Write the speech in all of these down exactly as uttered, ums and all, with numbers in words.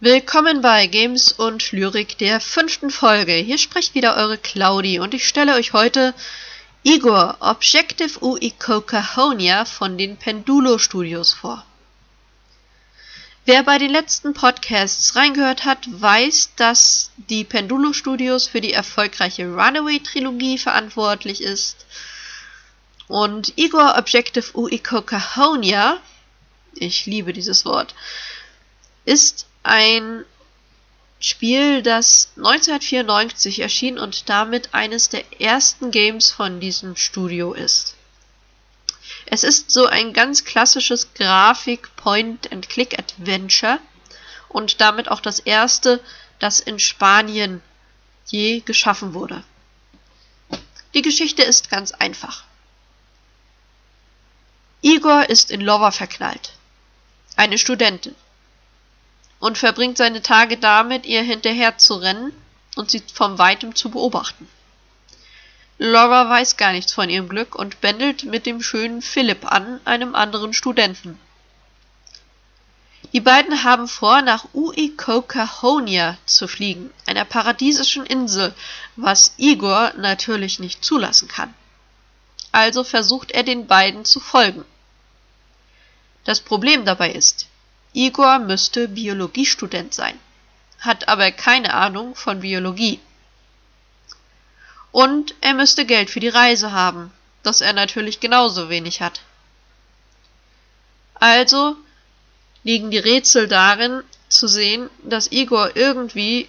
Willkommen bei Games und Lyrik der fünften Folge. Hier spricht wieder eure Claudi und ich stelle euch heute Igor Objective U I Cahonia von den Pendulo Studios vor. Wer bei den letzten Podcasts reingehört hat, weiß, dass die Pendulo Studios für die erfolgreiche Runaway-Trilogie verantwortlich ist. Und Igor Objective U I Cahonia, ich liebe dieses Wort, ist ein Spiel, das neunzehnhundertvierundneunzig erschien und damit eines der ersten Games von diesem Studio ist. Es ist so ein ganz klassisches Grafik-Point-and-Click-Adventure und damit auch das erste, das in Spanien je geschaffen wurde. Die Geschichte ist ganz einfach. Igor ist in Lover verknallt, eine Studentin, und verbringt seine Tage damit, ihr hinterher zu rennen und sie von weitem zu beobachten. Laura weiß gar nichts von ihrem Glück und bändelt mit dem schönen Philipp an, einem anderen Studenten. Die beiden haben vor, nach U I Cahonia zu fliegen, einer paradiesischen Insel, was Igor natürlich nicht zulassen kann. Also versucht er, den beiden zu folgen. Das Problem dabei ist, Igor müsste Biologiestudent sein, hat aber keine Ahnung von Biologie. Und er müsste Geld für die Reise haben, das er natürlich genauso wenig hat. Also liegen die Rätsel darin, zu sehen, dass Igor irgendwie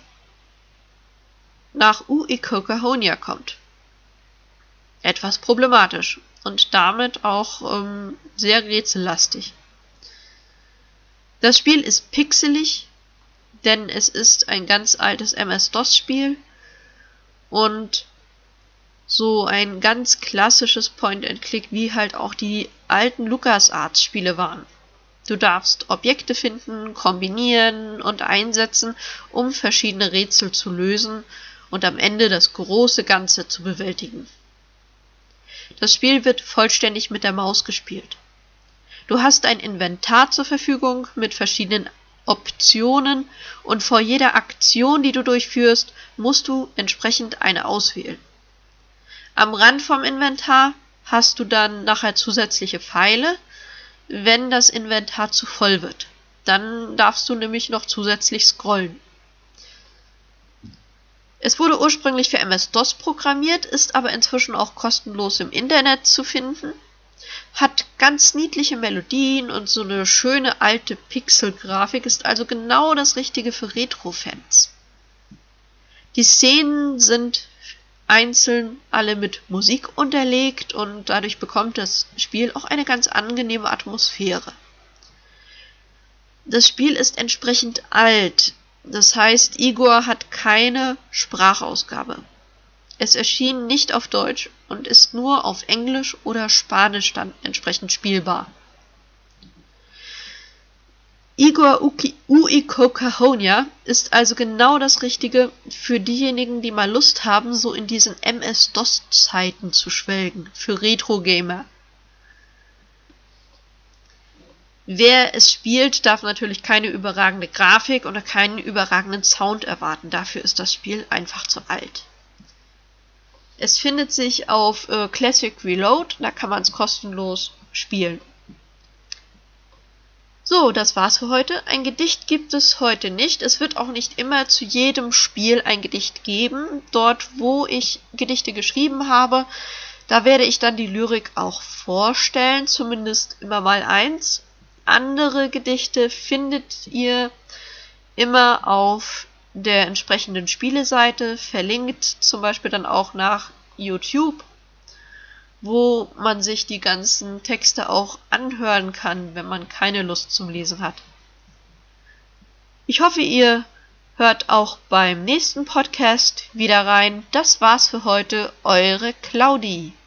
nach U I Cahonia kommt. Etwas problematisch und damit auch ähm, sehr rätsellastig. Das Spiel ist pixelig, denn es ist ein ganz altes M S DOS Spiel und so ein ganz klassisches Point-and-Click, wie halt auch die alten LucasArts Spiele waren. Du darfst Objekte finden, kombinieren und einsetzen, um verschiedene Rätsel zu lösen und am Ende das große Ganze zu bewältigen. Das Spiel wird vollständig mit der Maus gespielt. Du hast ein Inventar zur Verfügung mit verschiedenen Optionen und vor jeder Aktion, die du durchführst, musst du entsprechend eine auswählen. Am Rand vom Inventar hast du dann nachher zusätzliche Pfeile, wenn das Inventar zu voll wird. Dann darfst du nämlich noch zusätzlich scrollen. Es wurde ursprünglich für M S DOS programmiert, ist aber inzwischen auch kostenlos im Internet zu finden. Hat ganz niedliche Melodien und so eine schöne alte Pixel-Grafik, ist also genau das Richtige für Retro-Fans. Die Szenen sind einzeln alle mit Musik unterlegt und dadurch bekommt das Spiel auch eine ganz angenehme Atmosphäre. Das Spiel ist entsprechend alt, das heißt, Igor hat keine Sprachausgabe. Es erschien nicht auf Deutsch und ist nur auf Englisch oder Spanisch dann entsprechend spielbar. Igor U I Cahonia ist also genau das Richtige für diejenigen, die mal Lust haben, so in diesen M S DOS Zeiten zu schwelgen, für Retro-Gamer. Wer es spielt, darf natürlich keine überragende Grafik oder keinen überragenden Sound erwarten, dafür ist das Spiel einfach zu alt. Es findet sich auf äh, Classic Reload, da kann man es kostenlos spielen. So, das war's für heute. Ein Gedicht gibt es heute nicht. Es wird auch nicht immer zu jedem Spiel ein Gedicht geben. Dort, wo ich Gedichte geschrieben habe, da werde ich dann die Lyrik auch vorstellen, zumindest immer mal eins. Andere Gedichte findet ihr immer auf der entsprechenden Spieleseite, verlinkt zum Beispiel dann auch nach YouTube, wo man sich die ganzen Texte auch anhören kann, wenn man keine Lust zum Lesen hat. Ich hoffe, ihr hört auch beim nächsten Podcast wieder rein. Das war's für heute, eure Claudi.